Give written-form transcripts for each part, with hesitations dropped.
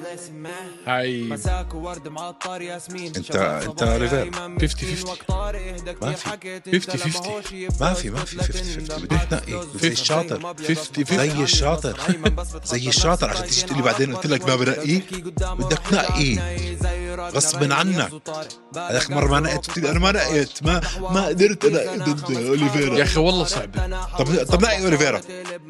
هاي مساك وورد معطر ياسمين انت ريفير 50-50 ما في 50-50 بدك تنقي زي الشاطر 50-50 زي الشاطر عشان تيجي تقولي بعدين قلت لك ما بنقيك بدك تنقي غصب عنك. آخر مرة ما نقيت أنا ما نقيت ما قدرت أنقي ضد أوليفيرا يا أخي والله صعبة. طب نقي أوليفيرا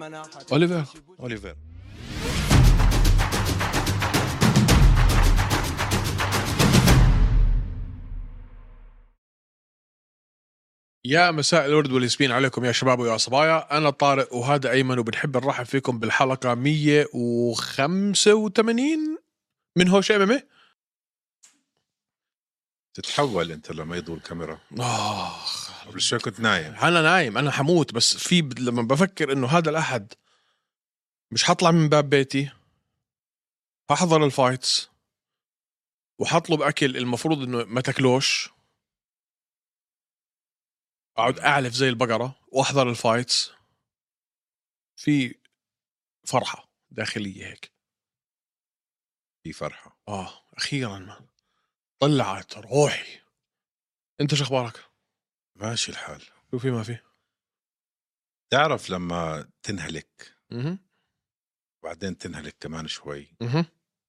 يا مساء الورد والياسمين عليكم يا شباب ويا صبايا. أنا طارق وهذا أيمن وبنحب نرحب فيكم بالحلقة 185 من هوش MMA. تتحول أنت لما يضوي الكاميرا. قبل شوي كنت نايم. أنا نايم، أنا حموت، بس في لما بفكر إنه هذا الأحد مش هطلع من باب بيتي، هحضر الفايتس وحطلب أكل المفروض إنه ما تاكلوش، أقعد أعلف زي البقرة وأحضر الفايتس. في فرحة داخلية هيك، في فرحة. أخيرا ما طلعت روحي. أنت شو أخبارك؟ ماشي الحال. شو في ما في؟ تعرف لما تنهلك مهم. بعدين تنهلك كمان شوي مهم.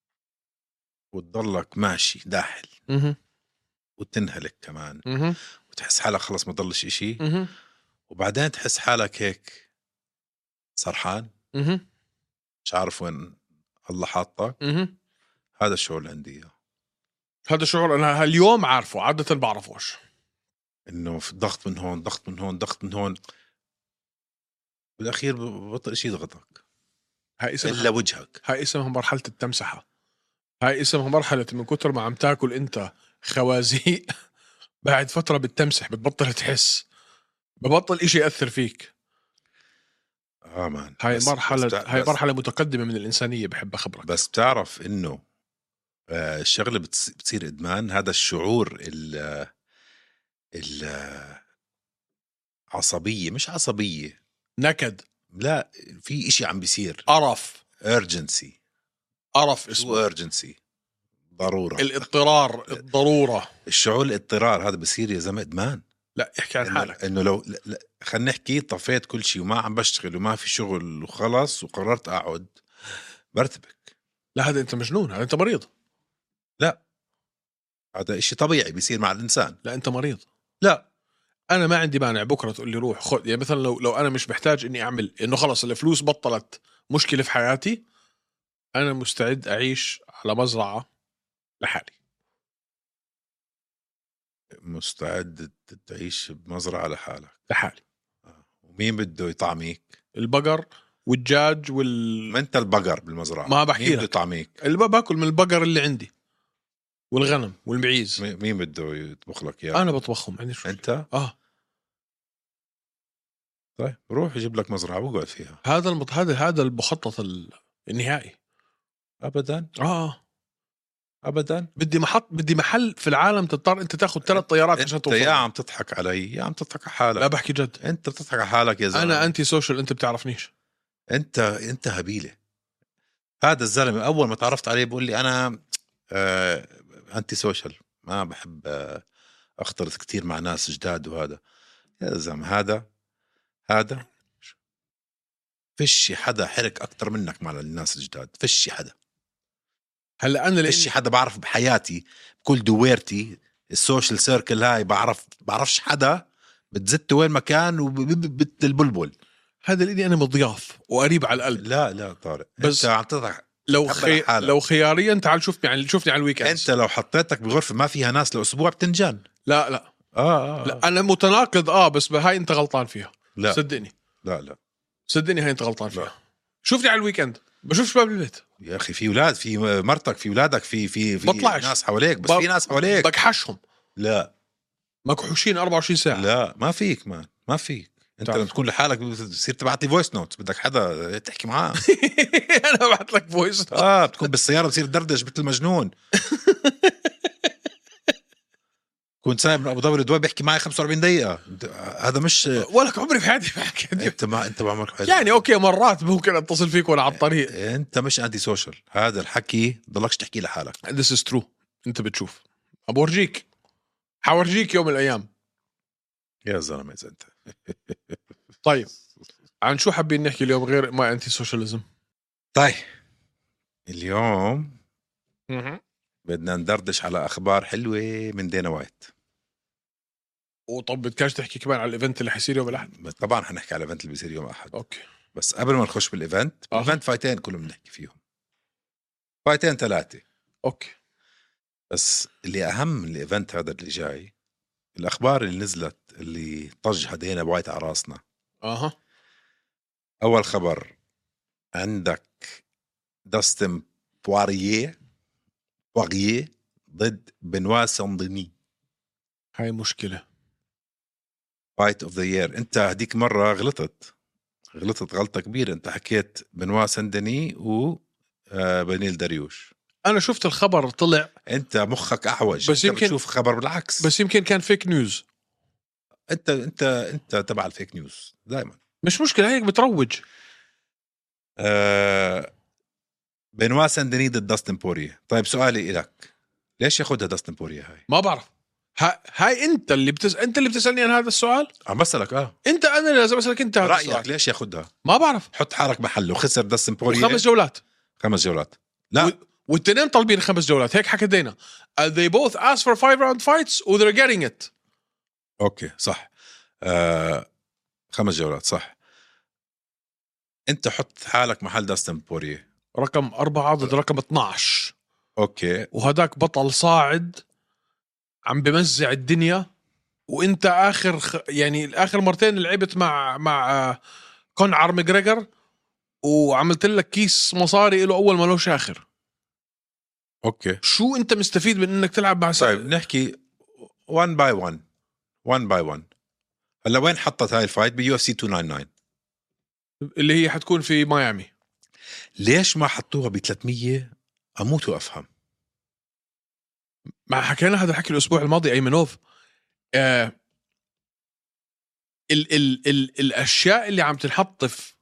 وتضلك ماشي داحل مهم. وتنهلك كمان مهم. وتحس حالك خلص ما ضلش إشي مهم. وبعدين تحس حالك هيك سرحان مهم. مش عارف وين الله حاطك. مهم. هذا الشعور اللي عندي إياه. هذا الشعور أنا اليوم عارفه، عادة بعرفوش. إنه في ضغط من هون ضغط من هون ضغط من هون، بالأخير بطل شيء يضغطك هاي إلا اسمها وجهك. هاي اسمها مرحلة التمسحة. هاي اسمها مرحلة من كتر ما عم تاكل أنت خوازيق بعد فترة بتمسح، بتبطل تحس، ببطل إشي يأثر فيك. مان هاي بس مرحلة متقدمة من الإنسانية، بحب أخبرك. بس بتعرف إنه الشغلة بتصير إدمان. هذا الشعور عصبية مش عصبية، نكد، لا في إشي عم بيصير. قرف urgency. قرف شو اسمه urgency؟ ضرورة. الاضطرار، الضرورة. الشعور الاضطرار هذا بصير يا زلمة إدمان. لا احكي عن حالك. إنه لو خلينا نحكي طفيت كل شيء وما عم بشتغل وما في شغل وخلص وقررت أقعد برتبك. لا هذا أنت مجنون، هذا أنت مريض. لا هذا إشي طبيعي بيصير مع الإنسان. لا أنت مريض. لا أنا ما عندي مانع بكرة تقول لي روح خذ، يعني مثلا لو أنا مش محتاج إني أعمل إنه خلص الفلوس بطلت مشكلة في حياتي، أنا مستعد أعيش على مزرعة لحالي. مستعد تعيش بمزرعة لحالك لحالي. ومين بده يطعميك؟ البقر والدجاج ما انت البقر بالمزرعة. ما بحكي مين لك. بده يطعميك؟ اللي باكل من البقر اللي عندي والغنم والمعيز. مين بده يطبخ لك اياه؟ أنا بطبخهم، عندي شو. انت طيب روح يجيب لك مزرعة وقعد فيها. هذا المخطط النهائي. ابدا ابدا. بدي محل في العالم تضطر انت تاخذ 3 طيارات عشان توصل. يا عم تضحك علي يا عم تضحك على حالك. لا بحكي جد، انت بتضحك على حالك يا زلمه. انا انتي سوشيال، انت بتعرفنيش. انت هبيله. هذا الزلمه اول ما تعرفت عليه بيقول لي انا انتي سوشيال، ما بحب اختلط كتير مع ناس جداد. وهذا يا زلمه هذا فيش حدا حرك اكتر منك مع الناس الجداد. فيش حدا. هلا انا فيش حدا بعرف بحياتي بكل دويرتي السوشيال سيركل هاي بعرفش حدا بتزت وين مكان وبالبلبل. هذا لاني انا مضياف وقريب على القلب. لا طارق، بس انت عم تضحك. لو خياريا تعال شوفني على الويكند. انت لو حطيتك بغرفه ما فيها ناس لاسبوع بتنجن. لا لا انا متناقض بس هاي انت غلطان فيها. لا صدقني. لا صدقني هاي انت غلطان فيها. لا. شوفني على الويكند بشوف شباب البيت يا اخي. في اولاد، في مرتك، في اولادك، في بطلعش. ناس حواليك. بس في ناس حواليك بكحشهم. لا مكحوشين 24 ساعه. لا ما فيك ما فيك. انت لما تكون لحالك بتصير تبعت لي فويس نوت، بدك حدا تحكي معاه. انا ببعث لك فويس. بتكون بالسياره بتصير دردش مثل مجنون. كنت سايب من ابو ظبي لدبي بيحكي معي 45 دقيقه. هذا مش ولك عمري في حياتي بحكي انت ما عمرك يعني اوكي مرات ممكن اتصل فيك وانا على الطريق. انت مش انتي سوشيال. هذا الحكي ضلكش تحكي لحالك. This is true. انت بتشوف ابورجيك حورجيك يوم من الايام يا زلمه اذا انت. طيب عن شو حابين نحكي اليوم غير ما انتي سوشياليزم؟ طيب اليوم بدنا ندردش على اخبار حلوه من دينا وايت. وطب بدكاش تحكي كمان على الايفنت اللي حيصير يوم الاحد؟ طبعا حنحكي على الايفنت اللي بيصير يوم احد. اوكي بس قبل ما نخش بالايفنت الايفنت فايتين كلهم بنحكي فيهم، فايتين 3. اوكي بس اللي اهم من الايفنت هذا اللي جاي الاخبار اللي نزلت اللي طجها دينا وايت على راسنا. اول خبر عندك داستن بواريه ضد بنوا سانديني. هاي مشكله. فايت اوف ذا يير. انت هديك مره غلطت غلطه كبيره. انت حكيت بنوا سانديني وبنيل داريوش. انا شفت الخبر طلع. انت مخك اعوج. بس انت يمكن بتشوف خبر بالعكس. بس يمكن كان فيك نيوز. انت تبع الفيك نيوز دائما. مش مشكله هيك بتروج. بنوا سانديني ضد داستن بوريه. طيب سؤالي لك، ليش ياخدها داستن بوريه هاي؟ ما بعرف. هاي انت اللي بتسالني عن هذا السؤال. عم بسألك انا لازم اسالك انت هذا رأيك السؤال. ليش ياخدها؟ ما بعرف. حط حالك محله. خسر داستن بوريه 5 جولات. 5 جولات. لا والتنين طالبين 5 جولات. هيك حكى دينا. They both asked for 5 round fights و they're getting it. اوكي صح. 5 جولات صح. انت حط حالك محل داستن بوريه. رقم 4 ضد رقم 12. اوكي. وهداك بطل صاعد عم بمزع الدنيا. وانت يعني اخر مرتين لعبت مع كونر ماجريجر وعملت لك كيس مصاري له اول ما لوش اخر. اوكي شو انت مستفيد من انك تلعب مع طيب نحكي 1 باي 1. هلا وين حطت هاي الفايت؟ بيو اف سي 299 اللي هي حتكون في ميامي. ليش ما حطوها ب 300؟ اموت وافهم. ما حكينا هذا الحكي الاسبوع الماضي ايمنوف. الاشياء اللي عم تنحط في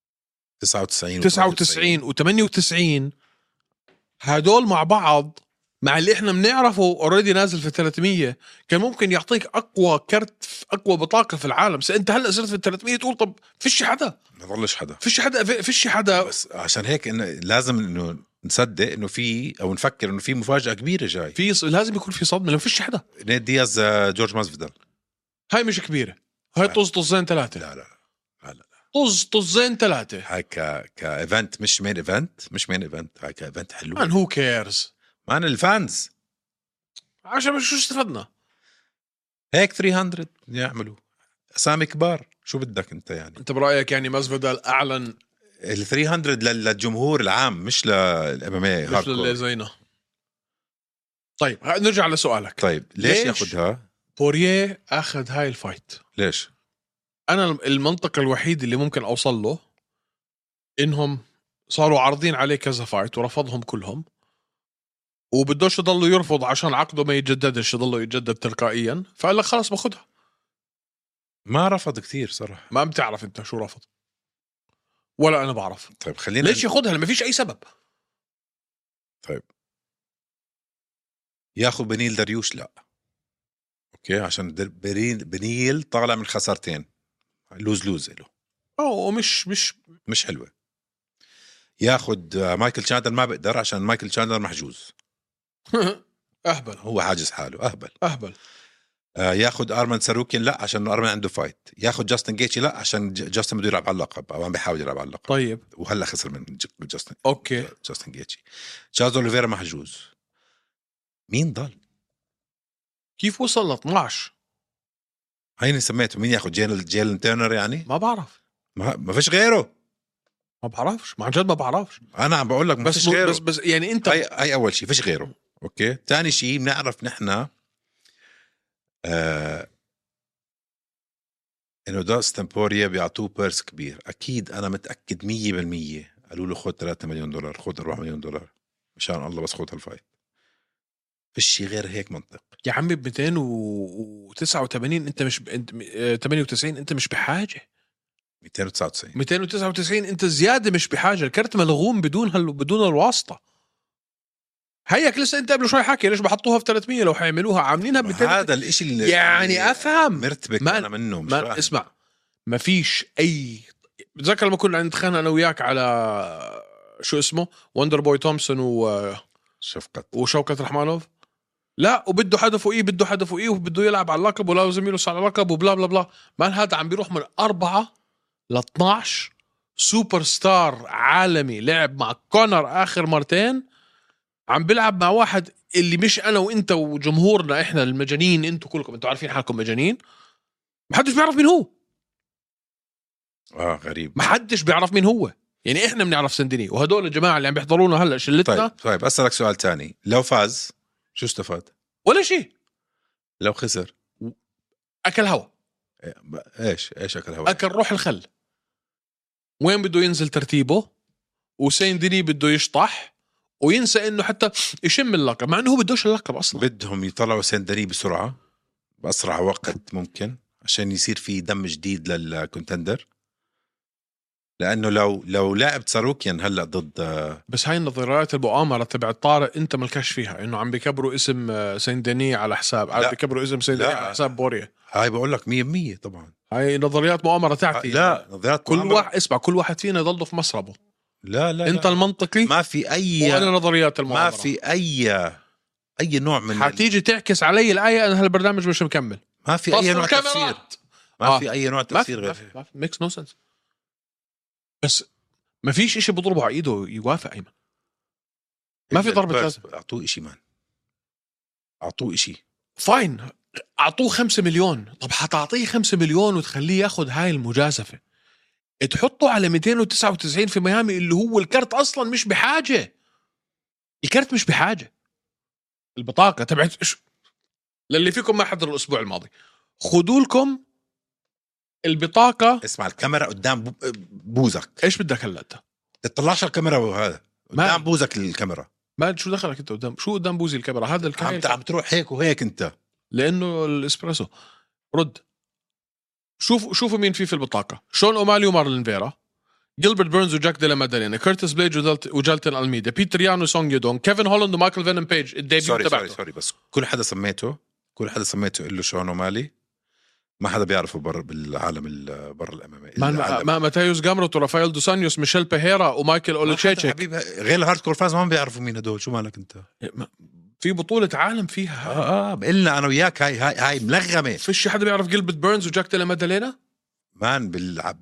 99 و98 هدول مع بعض مع اللي احنا بنعرفه اوريدي نازل في 300 كان ممكن يعطيك اقوى كرت اقوى بطاقه في العالم. انت هلا صرت في 300 تقول طب فيش حدا. ما ضلش حدا. فيش حدا. بس عشان هيك إنه لازم انه نصدق انه في او نفكر انه في مفاجاه كبيره جاي. لازم يكون في صدمه. لو فيش حدا. نيد دياز جورج ماسفيدال هاي مش كبيره. هاي طزين 3. لا طزين 3. هاي كايفنت مش مين ايفنت. هاي كايفنت حلو. مان هو كيرز مان الفانز عشان شو استفدنا هيك 300 يعملوا اسامي كبار. شو بدك انت يعني؟ انت برايك يعني ماسفيدال اعلن ال 300 للجمهور العام مش للام ام اي مش اللي زينا. طيب نرجع لسؤالك. طيب ليش ياخدها بوريه اخذ هاي الفايت؟ ليش؟ انا المنطق الوحيد اللي ممكن اوصل له انهم صاروا عارضين عليه كذا فايت ورفضهم كلهم وبدوش يضلوا يرفض عشان عقده ما يتجددش يضلوا يتجدد تلقائيا. فقال لك خلاص باخدها. ما رفض كتير صراحة. ما بتعرف انت شو رفض ولا انا بعرف. طيب خلينا ليش ياخدها لما فيش اي سبب؟ طيب ياخذ بنيل داريوش؟ لا اوكي عشان بنيل طالع من خسارتين لوز له. مش حلوة. ياخذ مايكل تشاندلر ما بقدر عشان مايكل تشاندلر محجوز. اهبل. هو حاجز حاله اهبل. ياخذ ارمان ساروكين لا عشان ارمان عنده فايت. ياخذ جاستن جيتشي لا عشان جاستن بده يلعب على اللقب او عم بيحاول يلعب على اللقب. طيب وهلا خسر من جاستن. اوكي جاستن جيتشي. تشارلز اوليفيرا محجوز. مين ضل؟ كيف وصل ل 12؟ هيني سميته. مين ياخذ جيلن تيرنر يعني؟ ما بعرف. ما فيش غيره. ما بعرفش مع جد ما بعرفش. انا عم بقول لك ما فيش غيره. بس يعني انت هاي اول شيء فيش غيره. اوكي ثاني شيء بنعرف نحن انه داستن بوريه بيعطوه بيرس كبير. اكيد انا متاكد 100% قالوا له خذ $3 مليون خذ $4 مليون مشان الله بس خذ هالفايت. فيش غير هيك منطق. يا عمي ب 289 انت مش انت 98 انت مش بحاجه. 299 299 انت زياده مش بحاجه. الكرت ملغوم بدون الواسطه. هيك لسه انت قبل شوي حكي ليش بحطوها في 300 لو حيعملوها عاملينها ب 200. هذا الاشي اللي يعني افهم مرتبك ما انا منه مش ما اسمع ما فيش اي. بتذكر لما كنا نتخانق انا وياك على شو اسمه وندر بوي تومسون وشوكت رحمانوف. لا وبده هدفه ايه بده هدفه ايه وبده يلعب على اللقب ولازم يلبس على اللقب وبلا بلا بلا. مان هذا عم بيروح من 4 ل 12 سوبر ستار عالمي. لعب مع كونر اخر مرتين. عم بيلعب مع واحد اللي مش انا وانت وجمهورنا احنا المجانين. انتوا كلكم انتوا عارفين حالكم مجانين. ما حدش بيعرف مين هو. غريب. ما حدش بيعرف مين هو. يعني احنا بنعرف سندني وهدول الجماعه اللي عم بيحضرونا هلا شلتنا. طيب اسالك سؤال تاني. لو فاز شو استفاد؟ ولا شيء. لو خسر اكل هوا. ايش اكل هوا؟ اكل روح الخل. وين بده ينزل ترتيبه وسين ديني بده يشطح وينسى انه حتى يشم اللقب مع انه هو بدوش اللقب اصلا. بدهم يطلعوا سين ديني بسرعه باسرع وقت ممكن عشان يصير في دم جديد للكونتندر. لانه لو لاعب ساروكيان هلا ضد بس هاي النظريات المؤامره تبع طارق انت ملكش فيها انه عم بيكبروا اسم سين ديني على حساب عم بيكبروا اسم سين ديني على حساب بوريا. هاي بقول لك 100% طبعا. هاي نظريات مؤامره تاعتي. لا نظريات كل واحد اسمع كل واحد فينا يضل في مصربه. لا انت المنطقي ما في اي وانا نظريات المؤامره. ما في اي نوع من حتيجي تعكس علي الايه انا هالبرنامج مش مكمل. ما في اي نوع تفسير. ما في اي نوع تفسير غير ميكس نو سنس. بس ما فيش إشي بضربه على ايده يوافق ايمن. ما في ضربه لازم. اعطوه إشي مان. اعطوه إشي. فاين اعطوه 5 مليون. طب حتعطيه 5 مليون وتخليه ياخد هاي المجازفه تحطه على 299 في ميامي اللي هو الكرت اصلا مش بحاجه. الكرت مش بحاجه. البطاقه تبعت للي فيكم ما حضر الاسبوع الماضي خدوا لكم البطاقه. اسمع الكاميرا قدام بوزك. ايش بدك هلا انت تطلعش الكاميرا وهذا قدام بوزك الكاميرا. ما شو دخلك انت قدام شو قدام بوزي الكاميرا هذا عم تروح هيك وهيك انت لانه الاسبريسو. رد شوفوا مين في البطاقه. شون اومالي ومارلين فيرا جيلبرت بيرنز وجاك ديلا مادالينا كيرتس بليج وجالتن ألميدا بيتر يان وسونج يودون كيفن هولاند ومايكل فينن بيج الديبيو تبعته. سوري بس كل حدا سميته له شون اومالي ما حدا بيعرفه بالعالم برا الامامي. ما ماتيوس جامروت ورافائيل دوسانيوس ميشيل بيهيرا ومايكل اوليتشيتشيك. حبيبي غير الهارد كور فاز ما بيعرفوا مين هدول. شو مالك انت؟ في بطولة عالم فيها. بقلنا انا وياك هاي ملغمه. فيش حدا بيعرف جيلبرت بيرنز وجاك ديلا مادالينا مان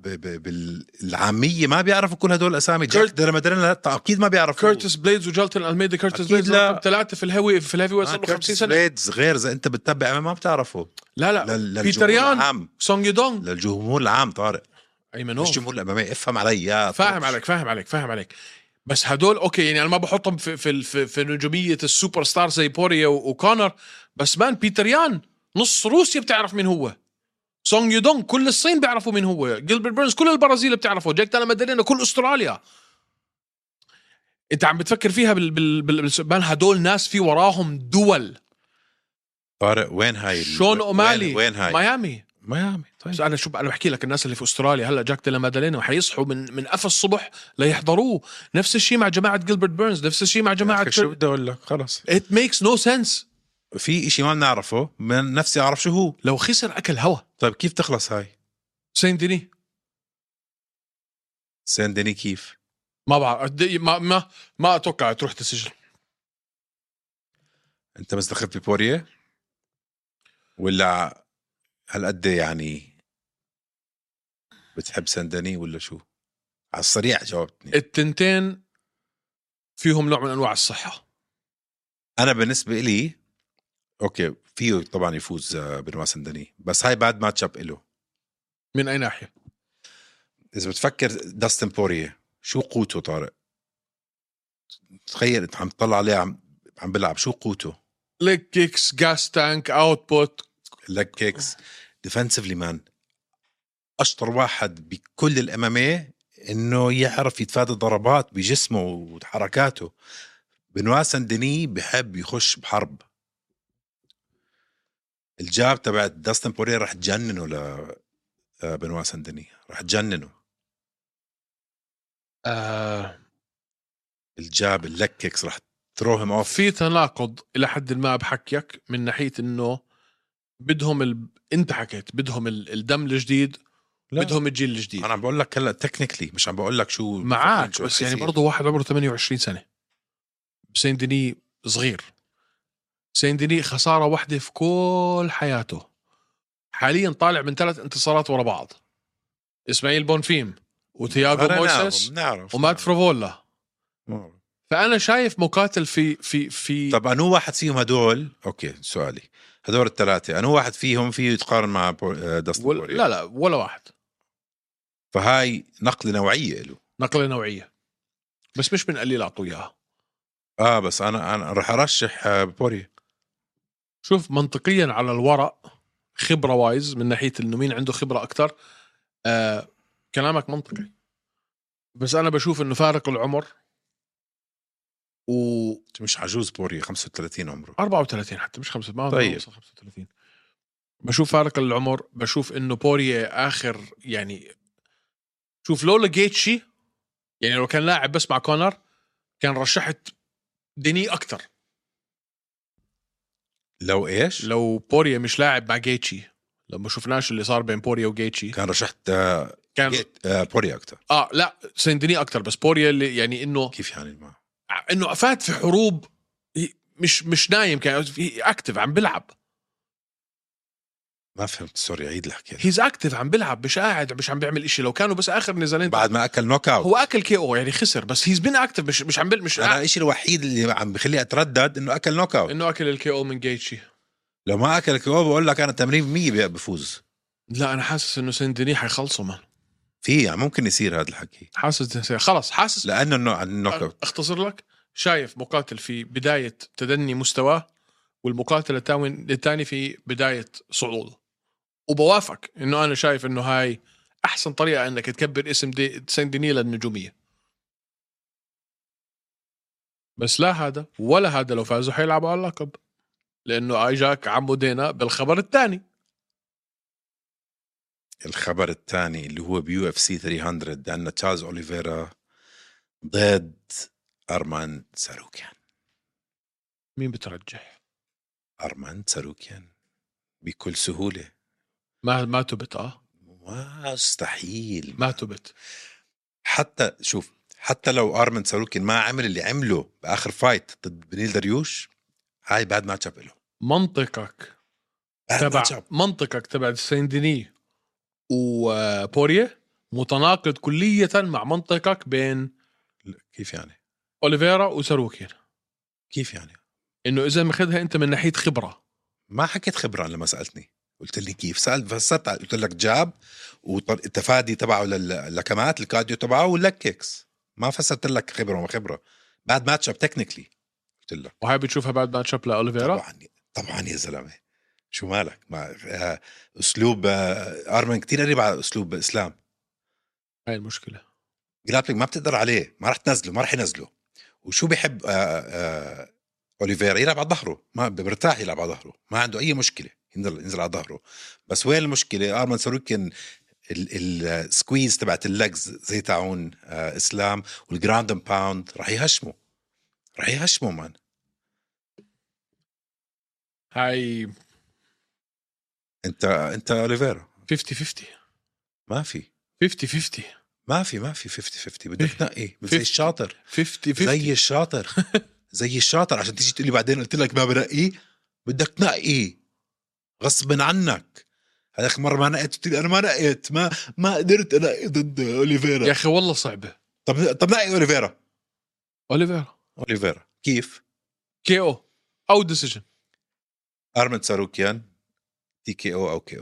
بالعاميه ما بيعرفوا كل هدول الاسامي. جاك ديلا مادالينا اكيد ما بيعرف. كيرتس بليدز وجالتن ألميدا. كيرتس بليدز رقم 3 في الهيفي ويت صار له 50 سنه. بليدز غير اذا انت بتتبع ما بتعرفه. لا بيتر يان سونج يودون للجمهور العام طارق ايمن مش جمهور الامامي. افهم علي. فاهم عليك بس هدول اوكي يعني انا ما بحطهم في نجوميه السوبر ستار زي بوريا وكونر. بس مان بيتر يان نص روسيا بتعرف مين هو. سونج يودونغ كل الصين بيعرفوا مين هو. جيلبرت بيرنز كل البرازيل بتعرفه. جاك ديلا مادالينا كل استراليا. انت عم بتفكر فيها مان هدول ناس في وراهم دول. طارق وين هاي شون اومالي وين هاي؟ ميامي. طيب انا بحكي لك الناس اللي في استراليا هلا جاك ديلا مادالينا وحيصحوا من قفا الصبح ليحضروه. نفس الشيء مع جماعه جيلبرت بيرنز. نفس الشيء مع جماعه شو بدي اقول لك خلص it makes no sense. في إشي ما بنعرفه من نفسي أعرف شو هو. لو خسر أكل هوا. طيب كيف تخلص هاي سين ديني كيف ما بعرف. ما أتوقع تروح تسجل. أنت مستخف ببوريه ولا هالقد يعني بتحب سندني ولا شو؟ على السريع جاوبتني. التنتين فيهم نوع من أنواع الصحة. أنا بالنسبة إلي أوكي فيه طبعا يفوز بنوا سندني بس هاي بعد ماتش اب إله. من أي ناحية؟ إذا بتفكر داستن بوريه شو قوته طارق؟ تخيل أنت عم تطلع عليه عم بلعب شو قوته؟ ليك كيكس جاس تانك أوتبوت. ليك كيكس ديفنسيفلي مان أشطر واحد بكل الأمامية إنه يعرف يتفادى ضربات بجسمه وحركاته. بنوا سندني بحب يخش بحرب الجاب تبع داستن بورير رح تجننه بنوا سندني، رح تجننه. الجاب اللككس رح تروهم اوف. في تناقض الى حد ما بحكيك من ناحيه انه بدهم انت حكيت بدهم الدم الجديد، لا. بدهم الجيل الجديد. انا عم بقول لك هلا تكنيكلي، مش عم بقول لك شو معاك، شو بس يعني حيصير. برضه واحد عمره 28 سنه، سين ديني صغير، سين ديني خساره واحده في كل حياته، حاليا طالع من 3 انتصارات ورا بعض، اسماعيل بونفيم وتياغو مويسيس ومات فروفولا. فانا شايف مقاتل في طب انو واحد فيهم هدول؟ اوكي سؤالي، هدول الثلاثه انو واحد فيهم فيه يتقارن مع داستن بورير؟ لا ولا واحد. فهاي نقله نوعيه له، نقله نوعيه، بس مش من قليل اعطوه اياها. بس انا رح ارشح بورير. شوف منطقيا على الورق خبره وايز من ناحيه انه مين عنده خبره اكتر، كلامك منطقي، بس انا بشوف انه فارق العمر مش عجوز بورير 35 عمره 34 حتى مش 5 ما طيب. 35. بشوف فارق العمر، بشوف انه بوريا اخر يعني شوف لولا جيتشي يعني لو كان لاعب بس مع كونر كان رشحت ديني اكتر. لو ايش؟ لو بوريا مش لاعب مع جيتشي، لما شفناش اللي صار بين بوريا وجيتشي كان رشحت كان بوريا اكتر. لا سين ديني اكتر، بس بوريا اللي يعني انه كيف يعني ما انه فات في حروب، مش نايم، كان اكتف عم بلعب. ما فهمت سوري عيد الحكي. هيز اكتف عم بلعب، مش قاعد مش عم بيعمل إشي. لو كانوا بس اخر نزالين بعد ما اكل نوك اوت، هو اكل كي او يعني خسر، بس هيز بين اكتف مش عم مش انا الشيء الوحيد اللي عم بخليه اتردد انه اكل نوك اوت. انه اكل الكي او من جيتشي. لو ما اكل الكي او بقول لك انا 80% بفوز. لا انا حاسس انه سندني حيخلصوا مان. يعني ممكن يصير هذا الحكي، حاسس خلص، حاسس لانه النوك اوت. اختصر لك، شايف مقاتل في بدايه تدني مستواه، والمقاتل الثاني في بدايه صعوده. وبوافق انه انا شايف انه هاي احسن طريقه انك تكبر اسم سندني للنجوميه. بس لا هذا ولا هذا لو فازوا حيلعبوا على اللقب، لانه اجاك عمو دينا بالخبر الثاني. الخبر الثاني اللي هو بيو اف سي 300 أن تشارلز أوليفيرا ضد أرمان ساروكيان. مين بترجح؟ أرمان ساروكيان بكل سهولة. ما تبت مستحيل ما تبت. حتى شوف، حتى لو أرمان ساروكيان ما عمل اللي عمله بآخر فايت ضد بنيل دريوش، هاي بعد ما تشاب له. منطقك تبع سينديني وبوريه متناقض كلية مع منطقك بين كيف يعني أوليفيرا وساروكيان. كيف يعني؟ إنه إذا ماخذها أنت من ناحية خبرة. ما حكيت خبرة لما سألتني، قلت لي كيف سألت فسرت، قلت لك جاب والتفادي تبعه للكمات الكارديو تبعه واللككس، ما فسرت لك خبرة وما خبرة. بعد ماتش اب تكنيكلي قلت لك. وهاي بتشوفها بعد ماتش اب لأوليفيرا؟ طبعا يا زلمة، شو مالك؟ مع أسلوب أرمن كتير قريب على أسلوب إسلام. هاي المشكلة، جرابلينج ما بتقدر عليه، ما رح تنزله، ما رح ينزله. وشو بيحب أوليفيرا؟ يلعب على ظهره، ما برتاح يلعب على ظهره، ما عنده أي مشكلة ينزل على ظهره. بس وين المشكلة؟ أرمان ساروكيان السكويز تبعت اللجز زي تاعون إسلام والجراوند اند باوند رح يهشمه مان. هاي انت أوليفيرا 50-50. ما في 50-50. ما في 50-50. بدك تنقي زي الشاطر 50-50. زي الشاطر عشان تيجي تقولي بعدين قلت لك ما بنقي. بدك تنقي غصب عنك. هذاك مرة ما نقيت، أنا ما نقيت، ما قدرت أنقي ضد أوليفيرا يا أخي والله صعبة. طب نقي أوليفيرا كيف؟ كي أو ديسيجن. أرمن ساروكيان TKO أو KO.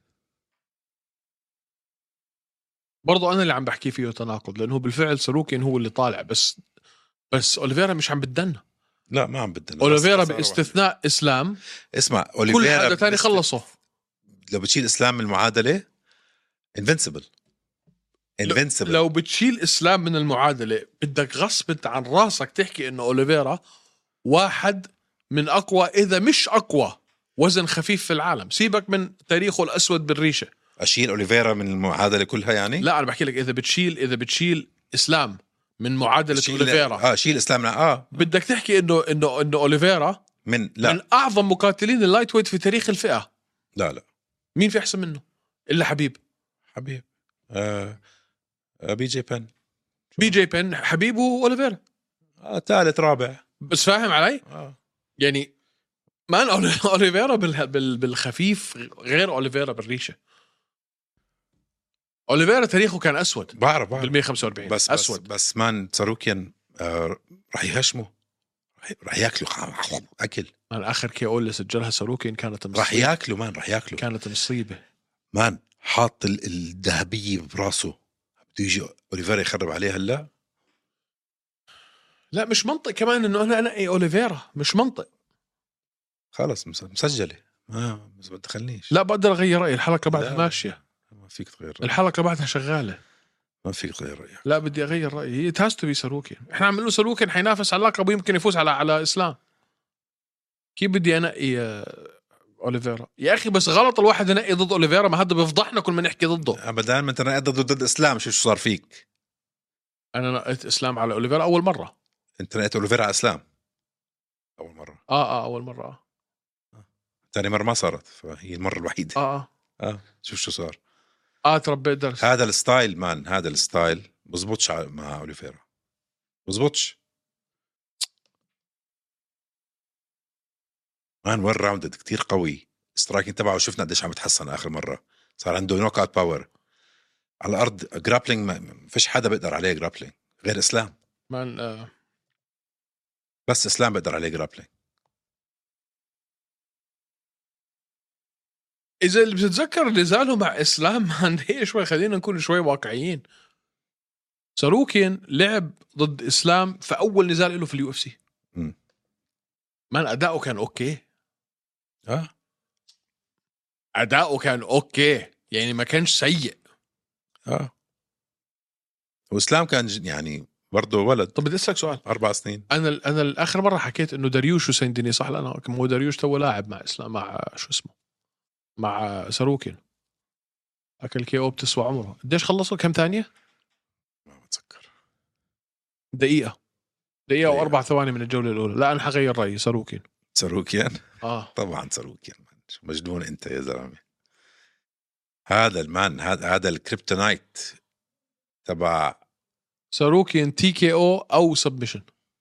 برضو أنا اللي عم بحكي فيه تناقض، لأنه بالفعل ساروكيان هو اللي طالع، بس أوليفيرا مش عم بدنا. لا ما عم بدنا. أوليفيرا باستثناء إسلام. اسمع أوليفيرا كل حدا تاني خلصه. لو بتشيل إسلام من المعادلة invincible. لو بتشيل إسلام من المعادلة بدك غصب عن راسك تحكي إنه أوليفيرا واحد من أقوى إذا مش أقوى وزن خفيف في العالم. سيبك من تاريخه الأسود بالريشة. اشيل اوليفيرا من المعادله كلها يعني؟ لا أنا بحكي لك إذا بتشيل إسلام من معادلة أوليفيرا شيل اسلام بدك تحكي إنه أوليفيرا من أعظم مقاتلين اللايت ويت في تاريخ الفئة. لا مين في أحسن منه إلا حبيب بي جي بن حبيب وأوليفيرا ثالث رابع. بس فاهم علي؟ يعني مان أوليفيرا بالخفيف غير أوليفيرا بالريشة. أوليفيرا تاريخه كان أسود. بعرف بال 145 بس أسود. بس مان ساروكيان راح يهشمه، راح ياكله اكل. أنا آخر KO اللي سجلها ساروكيان كانت مصيبة. راح ياكله كانت مصيبة مان. حاط الذهبية براسه، بده يجي أوليفيرا يخرب عليه هلا. لا مش منطق كمان إنه أنا أنقي أوليفيرا، مش منطق. خلص مسجلة بس ما تدخلنيش. لا بقدر أغير رأيي، الحلقة بعدها ماشية. ما فيك تغير رأيك. الحلقة بعدها شغالة. ما فيك تغير رأيك. لا بدي أغير رأيي. هي تاستو بي ساروكيان. إحنا عم نقول ساروكيان حينافس على اللقب ويمكن يفوز على إسلام. كيف بدي أنقي أوليفيرا يا أخي؟ بس غلط الواحد ينقي ضد أوليفيرا، ما هذا بيفضحنا كل ما نحكي ضده. أبدا. ما أنت نقيت ضد إسلام، شو صار فيك؟ أنا نقيت إسلام على أوليفيرا أول مرة. أنت نقيت أوليفيرا على إسلام أول مرة. أول مرة. ثاني مرة ما صارت، فهي المرة الوحيدة. شو صار. تربيت درس. هذا الستايل مان، هذا الستايل بزبطش مع أوليفيرا، بزبطش مان. وين راوندد كتير قوي، سترايكين تبعه شفنا قديش عم يتحسن آخر مرة. صار عنده نوك اوت باور على الأرض. جرابلينج ما فيش حدا بيقدر عليه جرابلينج غير إسلام مان. بس إسلام بيقدر عليه جرابلينج. إذا اللي بتتذكر نزاله مع إسلام مان، هي شوي خلينا نكون شوي واقعيين. ساروكيان لعب ضد إسلام في أول نزال له في اليو اف سي. مان أداؤه كان أوكي. أداؤه كان أوكي يعني ما كانش سيء. وإسلام كان يعني برضه ولد. طب بدي أسألك سؤال. 4 سنين. أنا الآخر مرة حكيت إنه داريوش وسين ديني صح؟ لأنه هو داريوش تو لاعب مع إسلام، مع شو اسمه، مع ساروكيان. أكل KO بتسوى عمره. قديش خلصوا؟ كم ثانية؟ ما بتذكر. دقيقة و4 ثواني من الجولة الأولى. لا أنا حغير رأيي. ساروكيان. طبعا ساروكيان. مجنون أنت يا زلمة. هذا المان، هذا الكريبتونايت تبع ساروكيان. TKO أو سبمشن.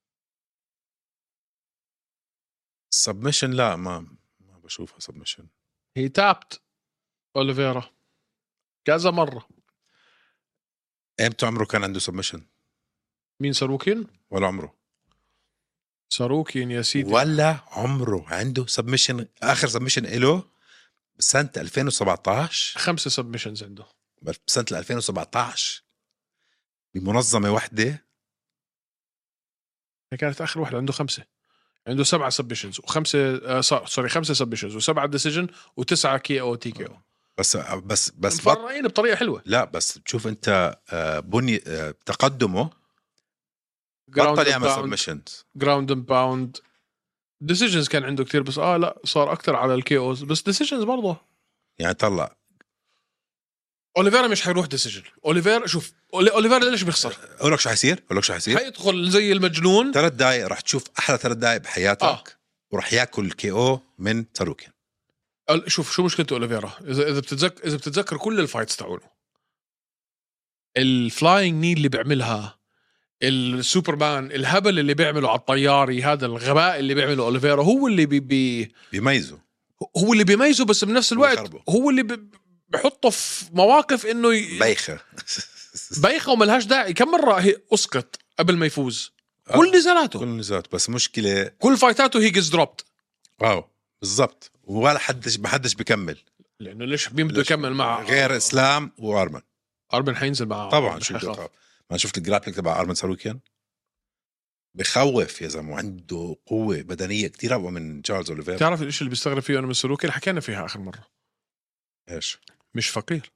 لا ما بشوفها سبمشن. هي تابت أوليفيرا كذا مرة. امتى عمره كان عنده سبمشن؟ مين ساروكيان؟ ولا عمره. ساروكيان يا سيدي ولا عمره عنده سبمشن. آخر سبمشن إله بسنة 2017. 5 سبمشنز عنده بسنة 2017 بمنظمة واحدة. كانت آخر واحدة عنده 5. عنده 7 سبمشنز و5 5 سبمشنز و7 ديسيجن و9 KO TKO. بس مفرقين بطريقة حلوة. لا بس تشوف انت بني تقدمه بطل يعمل سبمشنز. جراوند اند باوند ديسيجنز كان عنده كتير، بس لا صار أكتر على الكيوز. بس ديسيجنز برضه يعني طلع. أوليفيرا مش حيروح ديسيجن. أوليفيرا شوف أوليفيرا ليش بيخسر؟ أقول لك شو حيصير حيدخل زي المجنون 3 دقايق راح تشوف أحلى 3 دقايق بحياتك. وراح ياكل KO من ساروكيان. شوف شو مشكلته أوليفيرا. إذا بتتذكر كل الفايتس تاعونه، الفلاينج ني اللي بيعملها، السوبرمان، الهبل اللي بيعمله على الطياري، هذا الغباء اللي بيعمله أوليفيرا هو اللي بيميزه. هو اللي بيميزه. بس بنفس الوقت هو اللي بحطه في مواقف إنه بايخة وملهاش داعي. كم مرة هي أسقط قبل ما يفوز؟ كل نزالاته. بس مشكلة كل فايتاته هي جيز دروبت. بالضبط. ولا محدش بيكمل. لأنه ليش بده يكمل مع غير إسلام وأرمن حينزل معه طبعا. ما شفت الجرابلينج تبع أرمن ساروكيان؟ بخوف يا زلمه. عنده قوة بدنية كتير أقوى من تشارلز أوليفيرا. تعرف الإشي اللي بيستغرب فيه أنا من ساروكيان؟ حكينا فيها آخر مرة. إيش؟ مش فقير.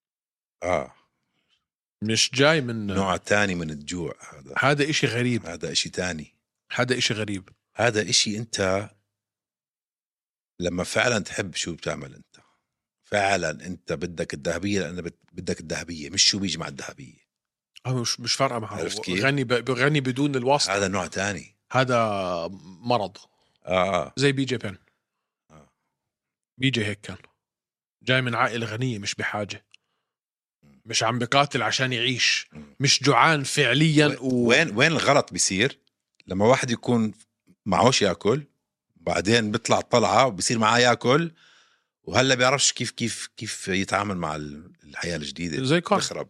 مش جاي من نوع تاني من الجوع. هذا إشي غريب. هذا إشي تاني. هذا إشي غريب. هذا إشي أنت لما فعلا تحب شو بتعمل انت، فعلا انت بدك الذهبيه لان بدك الذهبيه، مش شو بيجي مع الذهبيه. مش فارقه معه. عرفت كيف؟ غني بدون الواسطه. هذا نوع تاني. هذا مرض. اه زي بي جي بن. آه. بي جي هيك كان جاي من عائله غنيه، مش بحاجه، مش عم بقاتل عشان يعيش، مش جوعان فعليا. وين الغلط بيصير؟ لما واحد يكون معوش ياكل، بعدين بيطلع طلعه وبصير معاه ياكل، وهلا بيعرفش كيف يتعامل مع الحياه الجديده. زي كونر. بخرب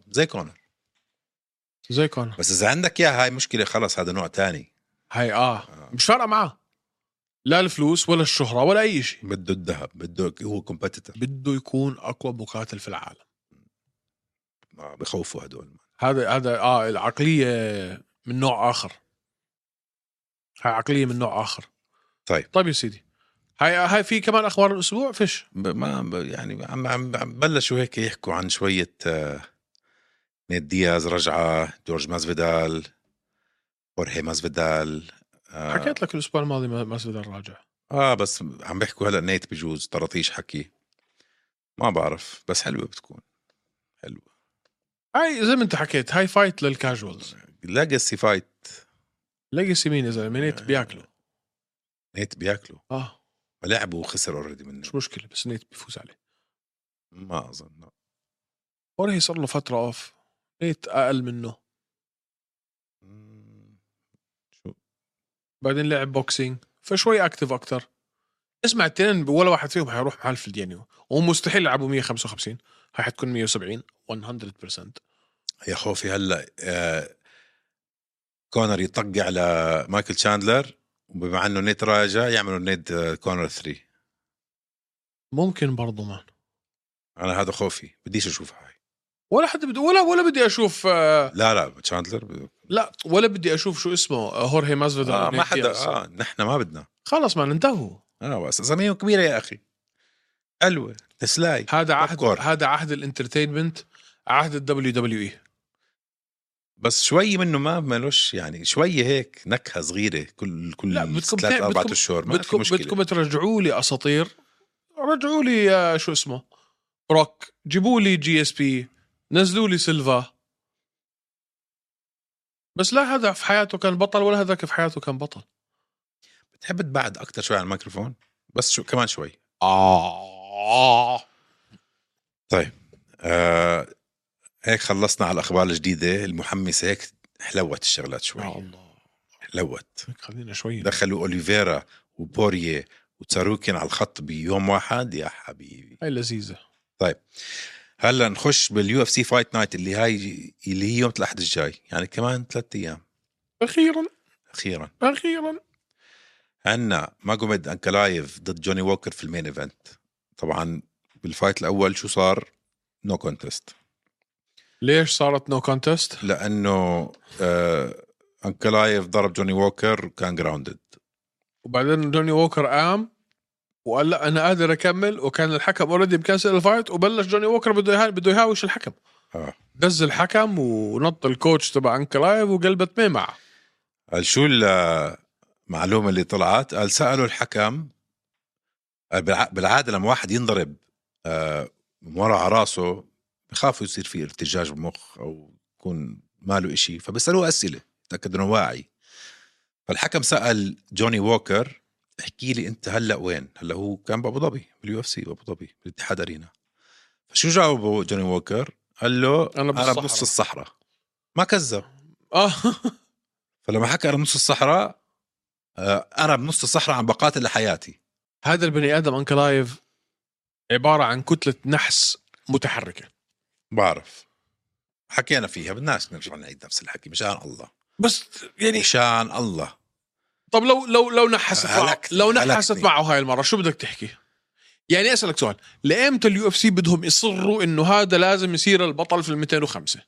زي كونر. بس اذا عندك اياها هاي مشكله، خلص هذا نوع تاني. هاي مش فارقه معاه لا الفلوس ولا الشهره ولا اي شيء. بده الذهب، بده هو كومبيتيتور، بده يكون اقوى مقاتل في العالم. بخوفوا هدول. هذا العقليه من نوع اخر. هاي عقليه من نوع اخر. طيب يا سيدي، هاي في كمان اخبار الاسبوع فيش. يعني عم بلشوا هيك يحكوا عن شويه نيت دياز رجعه، جورج ماسفيدال، هورهي ماسفيدال. حكيت لك الاسبوع الماضي ماسفيدال راجع. بس عم بيحكوا هلا نيت بجوز طرطيش حكي، ما بعرف، بس حلوه بتكون حلوه. هاي زي ما انت حكيت، هاي فايت للكاجوالز. لاجسي فايت. ليجاسي مين يا زلمه؟ نيت بياكلوا. نيت بياكلوا. لعبوا وخسر اوريدي منه. مش مشكله، بس نيت بيفوز عليه. ما اظن. هورهي صار له فتره اوف، نيت اقل منه. شو بعدين لعب بوكسينج فشوي اكتف اكتر. اسمع، التنين ولا واحد فيهم حيروح محل في الديانيو، ومستحيل يلعبوا 155. هاي حتكون 170 100%. يا خوفي هلا كونر يطق على مايكل تشاندلر، وبما انه نيت راجع يعملوا نيت كونر 3. ممكن برضو مان. انا هذا خوفي، بديش اشوف هاي. ولا حد بدي ولا بدي اشوف لا تشاندلر لا، ولا بدي اشوف شو اسمه هورهي ماسفيدال. ما حدا نحن ما بدنا. خلص ما انتهوا. بس اساميهم كبيره يا اخي، حلوه تسلاي. هذا عهد الانترتينمنت، عهد الدبليو دبليو اي. بس شوي منه ما مالوش يعني، شوي هيك نكهه صغيره كل 3-4 اشهر. بدكم ترجعوا لي اساطير، رجعوا لي شو اسمه روك، جيبوا لي جي اس بي، نزلوا لي سيلفا. بس لا هذا في حياته كان بطل ولا هذاك في حياته كان بطل. بتحب تبعد اكتر شوي عن الميكروفون، بس كمان شوي. طيب هيك خلصنا على الأخبار الجديدة المحمسة. هيك حلوت الشغلات شوي. الله حلوت. خلينا شوي. دخلوا أوليفيرا وبوريه وتساروكين على الخط بيوم واحد يا حبيبي. هاي لذيذة. طيب هلا نخش باليو اف سي فايت نايت اللي هي يوم الأحد الجاي، يعني كمان 3 أيام. أخيرا عنا ماجوميد أنكلايف ضد جوني ووكر في المين إيفنت. طبعا بالفايت الأول شو صار؟ نو كونتست. ليش صارت نو كونتست؟ لأنه أنكلايف ضرب جوني ووكر وكان جراوندد، وبعدين جوني ووكر قام وقال لا أنا قادر أكمل، وكان الحكم أوريدي بكنسل الفايت، وبلش جوني ووكر بده يهاوش الحكم. دز الحكم ونط الكوتش تبع أنكلايف وقلبت مي معه. قال شو المعلومة اللي طلعت؟ قال سألوا الحكم، بالعادة لما واحد ينضرب ورا على راسه بخافوا يصير فيه ارتجاج بالمخ أو يكون ماله إشي، فبيسألوه أسئلة تأكد إنه واعي. فالحكم سأل جوني ووكر احكي لي أنت هلأ وين؟ هلأ هو كان بأبو ظبي باليو اف سي، بأبو ظبي بالاتحاد أرينا. فشو جاوبه جوني ووكر؟ قال له أنا بنص الصحراء. ما كذب. فلما حكى أنا بنص الصحراء، أنا بنص الصحراء عم بقاتل لحياتي. هذا البني آدم أنكلايف عبارة عن كتلة نحس متحركة. بعرف حكينا فيها، بدناش نرجع نعيد نفس الحكي مشان الله. بس يعني مشان الله. طب لو نحست معه هاي المرة شو بدك تحكي؟ يعني أسألك سؤال، لأمتى اليو اف سي بدهم يصروا إنه هذا لازم يصير البطل في 205؟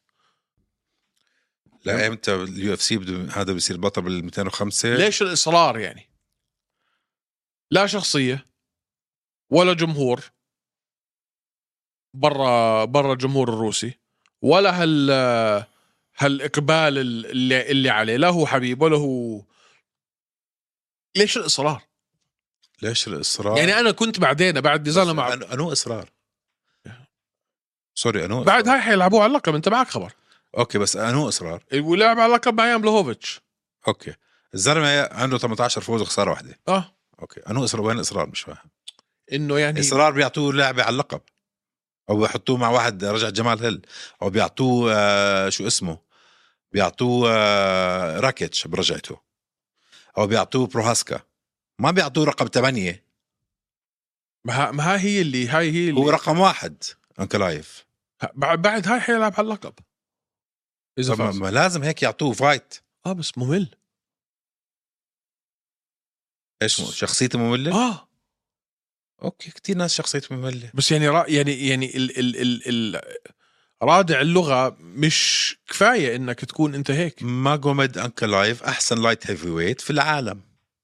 لأمتى اليو اف سي هذا بيصير بطل بال 205؟ ليش الإصرار يعني؟ لا شخصية ولا جمهور برا الجمهور الروسي، ولا هالإقبال اللي عليه، لا هو حبيب ولا هو. ليش الإصرار؟ ليش الاصرار؟ يعني انا كنت بعد نزالنا مع انو اصرار سوري انو بعد إصرار. هاي حيلعبوه على اللقب، انت معك خبر؟ اوكي بس انو اصرار. ولعب على اللقب مع يان بلوهوفيتش. اوكي الزلمه عنده 18 فوز وخساره واحده. اوكي انو اصرار؟ وين اصرار؟ مش فاهم. انه يعني اصرار بيعطوه لعبه على اللقب، او بيحطوه مع واحد رجع جمال هيل، او بيعطوه شو اسمه، بيعطوه راكيتش برجعته، او بيعطوه بروهاسكا، ما بيعطوه رقم 8. ما هي اللي هو رقم 1 انكلايف. بعد هاي حيلعب على اللقب اذا طب فاز. ما لازم هيك يعطوه فايت. بس ممل. ايش شخصيته ممله؟ اوكي كتير ناس شخصيتهم ممله. بس يعني يعني ال رادع اللغة مش كفاية انك تكون انت هيك. ماجوميد انكلايف احسن لايت هيفي ويت في العالم،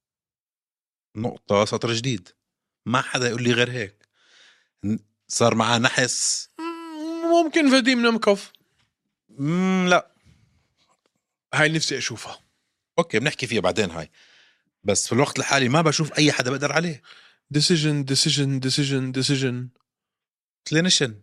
نقطة سطر جديد، ما حدا يقول لي غير هيك. صار معاه نحس. ممكن فاديم نمكوف. لا هاي نفسي اشوفها. اوكي بنحكي فيها بعدين هاي، بس في الوقت الحالي ما بشوف اي حدا بقدر عليه. ديسيجن كلينيشن.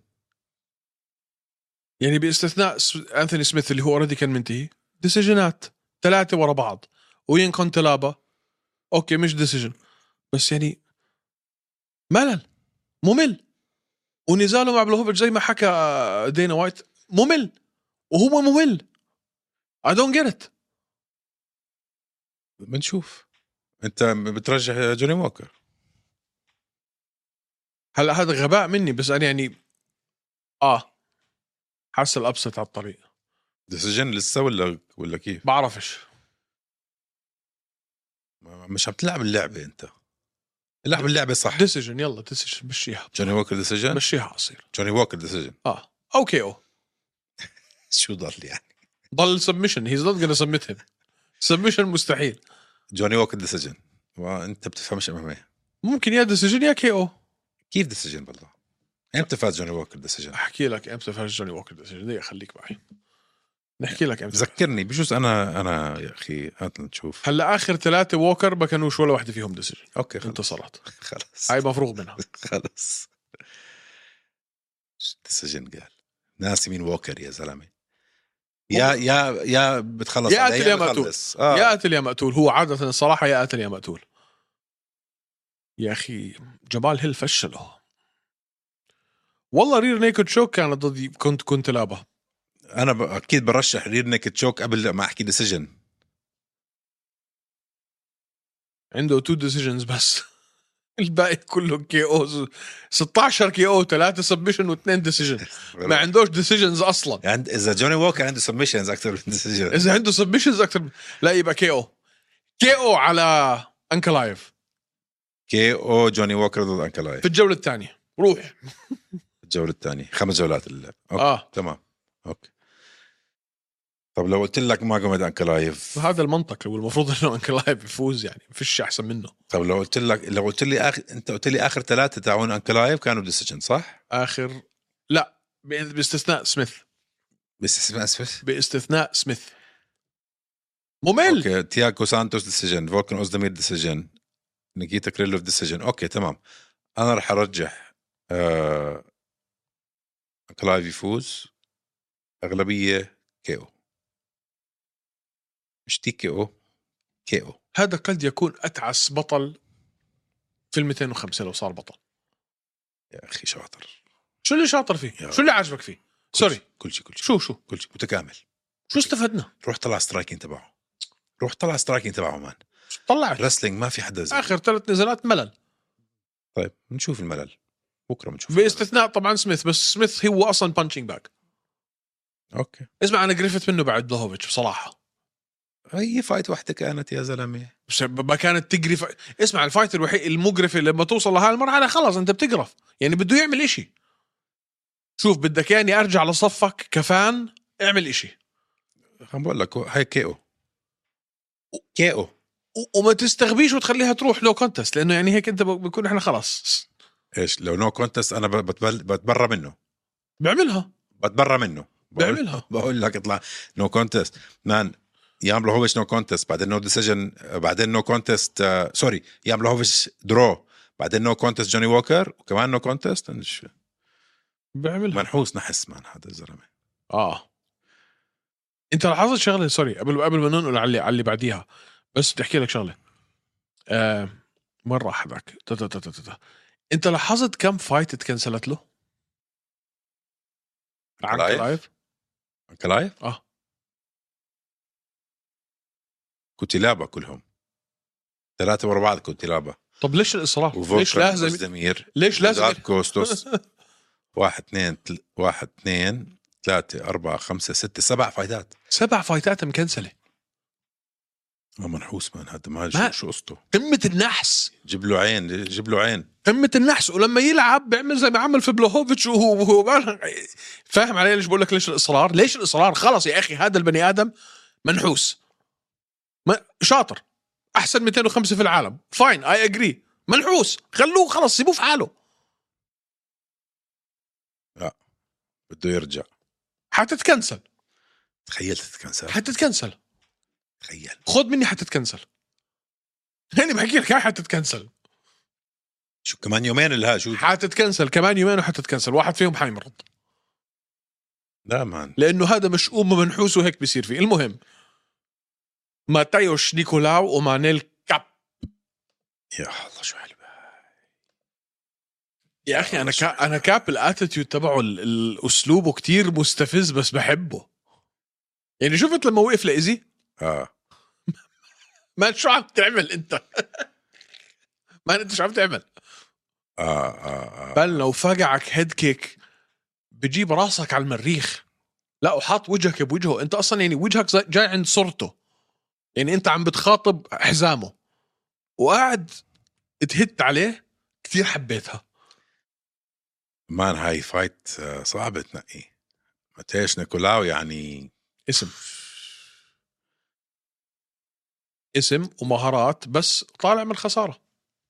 يعني باستثناء أنثوني سميث اللي هو اوريدي كان منتهي. ديسيجنات 3 ورا بعض، وين كنت لابا اوكي مش ديسيجن بس يعني ملل ممل. ونزاله مع بلوهوفيتش زي ما حكى دينا وايت ممل، وهو ممل. I don't get it. بنشوف. انت بترجح جوني ووكر؟ هلا هذا غباء مني، بس انا يعني حاسس الابسط على الطريق. ديسيجن لسه ولا كيف؟ بعرفش. مش عم تلعب اللعبه انت. العب اللعبه صح. ديسيجن يلا ديسيجن مشيها. جوني ووكر ديسيجن مشيها عصير. جوني ووكر ديسيجن. اوكي شو ضل يعني؟ ضل سبمشن. هيز نوت gonna submit him. سبمشن مستحيل. جوني ووكر ديسيجن. وانت بتفهمش امامي. ممكن يا ديسيجن يا كي او. كيف ديسيجن بالله؟ امتى فاز جوني ووكر ديسيجن؟ احكي لك امتى فاز جوني ووكر ديسيجن. دقيقه خليك معي نحكي لك امتى. ذكرني بجوز انا يا اخي هات نشوف. هلا اخر 3 ووكر ما كانوش ولا واحده فيهم ديسيجن. اوكي خلص. انتصارات. خلص هاي مفروغ منها. خلص. ديسيجن قال ناسي مين ووكر يا زلمه. يا بتخلص يا قاتل يا مقتول. يا قاتل يا مقتول. هو عاده الصراحه يا قاتل يا مقتول. يا اخي جمال هيل فشله والله. رير نيكد شوك كانت ضدي. كنت لابه. انا اكيد برشح رير نيكد شوك قبل ما احكي ديسيجن. عنده 2 ديسيجنز بس. الباقي كله كي او. 16 كي او 3 سبمشن و2 ديسيجن. ما عندوش ديسيجنز اصلا. يعني اذا جوني ووكر عنده سبمشنز اكثر من ديسيجن. اذا عنده سبمشنز اكثر لا يبقى كي او على انكلايف. كي او جوني ووكر ضد انكلايف في الجوله الثانيه. روح الجوله الثانيه 5 جولات اللعب. اوكي تمام. اوكي طب لو قلت لك ماجوميد انكلايف. هذا المنطق. لو المفروض انه انكلايف يفوز يعني فيش احسن منه. طب لو قلت لي انت قلت لي اخر 3 تاعون انكلايف كانوا ديسيجن صح؟ اخر لا باستثناء سميث. باستثناء سميث ممل. اوكي تياغو سانتوس ديسيجن، فولكان اوزدمير ديسيجن، نيكيتا كريلوف ديسيجن. اوكي تمام. انا رح ارجح انكلايف يفوز اغلبيه كيو. مش تي كيو. هذا قد يكون اتعس بطل في 205 لو صار بطل. يا اخي شاطر. شو اللي شاطر فيه؟ شو اللي عجبك فيه؟ سوري كل شيء شو متكامل. شو استفدنا؟ روح طلع سترايكين تبعه. مان. طلعت رسلينج ما في حدا زي. اخر 3 نزالات ملل. طيب نشوف الملل بكره بنشوف. باستثناء طبعا سميث. بس سميث هو اصلا بانشينج باك. اوكي اسمع انا قرفت منه بعد بلوهوفيتش بصراحه. هي فايت واحدة كانت يا زلمه. بس ما كانت تقرف. اسمع الفايت الوحيد المقرف لما توصل لهاي المرحله خلاص انت بتقرف. يعني بده يعمل إشي. شوف بدك يعني ارجع لصفك كفان اعمل إشي. عم بقول لك هاي كيو وما تستغبيش وتخليها تروح لو كونتست. لانه يعني هيك انت بكون احنا خلاص. ايش لو نو كونتست انا بتبرى منه. بيعملها. بتبرى منه. بيعملها. بقول لك اطلع نو كونتست مان. يعملوا هوفيش نو كونتست، بعدين نو ديسيجن، بعدين نو كونتست سوري يعملوا هوفيش درو، بعدين نو كونتست جوني ووكر، وكمان نو كونتست. بيعملها منحوس نحس مان هذا الزلمه. انت لاحظت شغله سوري قبل ما ننقل على اللي بعديها، بس بدي احكي لك شغله. وين راح هذاك؟ انت لاحظت كم فايت اتكنسلت له عن كلايف؟ كنت لعبة كلهم 3 ورا بعض كنت لعبة. طب ليش الإصرار؟ ليش لازم ليش لازم كوستوس 1 2 1 2 3 4 5 6 7 فايتات 7 فايتات مكنسلة. منحوس من هذا ما شو قصته. قمة النحس. جيب له عين قمة النحس. ولما يلعب بيعمل زي ما عمل في بلوهوفيتش وهو فاهم علي ليش بقول لك ليش الإصرار؟ خلاص يا أخي هذا البني آدم منحوس. شاطر أحسن 205 في العالم فاين I agree. منحوس خلوه خلاص سيبوه في حاله. لا بده يرجع. حتتكنسل. تخيل تتكنسل. تخيل خذ مني حتتكنسل. هني بحكي لك هاي حتتكنسل. شو كمان يومين اللي شو حتتكنسل كمان يومين وحتتكنسل. واحد فيهم حيمرض. لا مان لأنه هذا مشؤوم منحوس وهيك بيصير فيه. المهم ماتايوش نيكولاو ومانيل كاب. يا الله شو حلو يا أخي. أنا كاب الاتيتيود تبعه الأسلوبه كتير مستفز بس بحبه. يعني شفت لما وقف لإيزي ما شو عم تعمل أنت؟ ما أنت شو عم تعمل؟ بل لو فقعك هيد كيك بجيب راسك على المريخ. لا وحاط وجهك بوجهه. أنت أصلا يعني وجهك جاي عند صورته. يعني أنت عم بتخاطب حزامه وقاعد تهت عليه. كتير حبيتها مان. هاي فايت صعبة تنقي. ماتايوش نيكولاو يعني اسم ومهارات بس طالع من خسارة.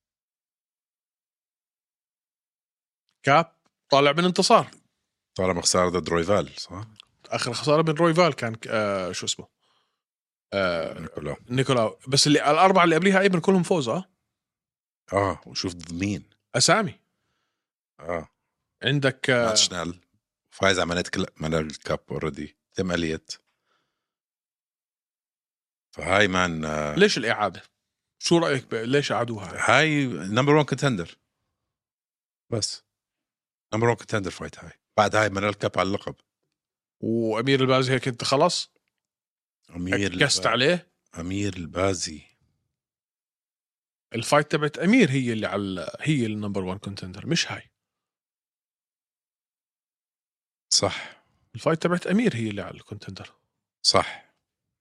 كاب طالع من انتصار. طالع من خسارة ضد رويفال صح؟ آخر خسارة من رويفال كان شو اسمه نيكولاو. بس اللي الأربعة اللي قبليها أيضا كلهم فوز. وشوف ضد مين أسامي. عندك ناشنال فايز على منال كاب اوريدي تم اليت. فهاي مان ليش الإعادة؟ شو رأيك ليش أعادوها؟ هاي نمبر 1 كونتندر. بس نمبر 1 كونتندر فايت. هاي بعد هاي منال كاب على اللقب. وأمير البازي هيك أنت خلاص كست عليه. أمير البازي الفايت تبعت أمير هي اللي هي النمبر 1 كونتندر مش هاي. صح. الفايت تبعت أمير هي اللي على الكونتندر. صح.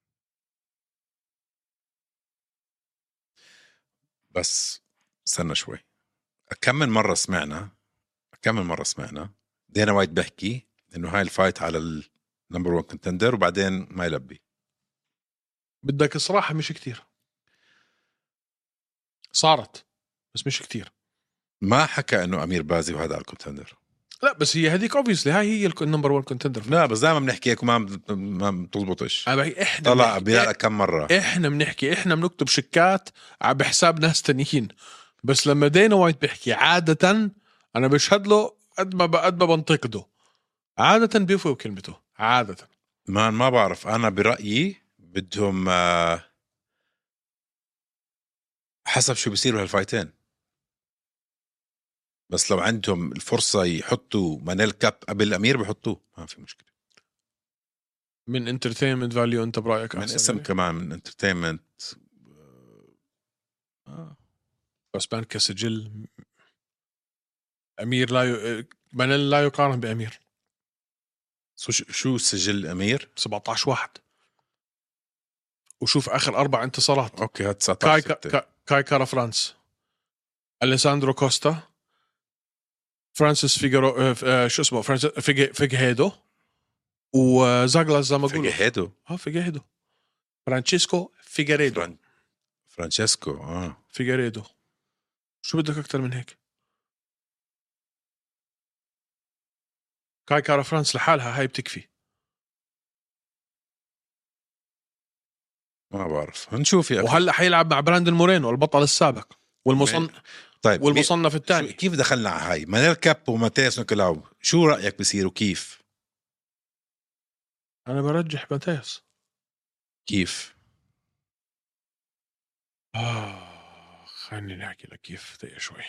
بس استنى شوي. كم من مرة سمعنا دينا وايت بحكي إنه هاي الفايت على النمبر 1 كونتندر وبعدين ما يلبي. بدك الصراحة مش كتير صارت بس مش كتير. ما حكى إنه أمير بازي وهذا على الكونتندر. لا بس هي هذيك اوبسلي هاي هي النمبر 1 كونتندر. لا بس دائما بنحكي هيك وما ما بتضبطش. احنا طلع بيلاقي كم مرة. احنا بنكتب شكات بحساب ناس تانيين. بس لما دينا وايت بيحكي عادة انا بشهد له قد ما بنتقده. عادة بيفوق كلمته عادة. ما بعرف. انا برأيي بدهم حسب شو بيصير بهالفايتين. بس لو عندهم الفرصة يحطوا مانيل كاب قبل الأمير بحطوه ما في مشكلة. من انترتينمنت فاليو انت برأيك من اسم يعني؟ كمان من انترتينمنت بس بان كسجل أمير مانيل لا يقارن بأمير. شو سجل أمير؟ 17-1. وشوف آخر 4 انتصارات. أوكي هاد 19. كاي كارا فرانس، أليساندرو كوستا، فرانسيس فيجارو شو اسمه فيجهيدو وزاغلاس زي ما قلنا. فيجهيدو فرانشيسكو فيجاريدو فيجاريدو. شو بدك أكتر من هيك؟ كاي كارا فرانس لحالها هاي بتكفي. ما بعرف، هنشوف يا أخي. وهلا حيلعب مع براندن مورينو البطل السابق طيب والمصنف الثاني. كيف دخلنا على هاي مانيل كاب وماتياس نيكولاو؟ شو رأيك بيصيروا كيف؟ انا برجح ماتياس. كيف؟ خليني نحكي لك كيف دقيقة شوي،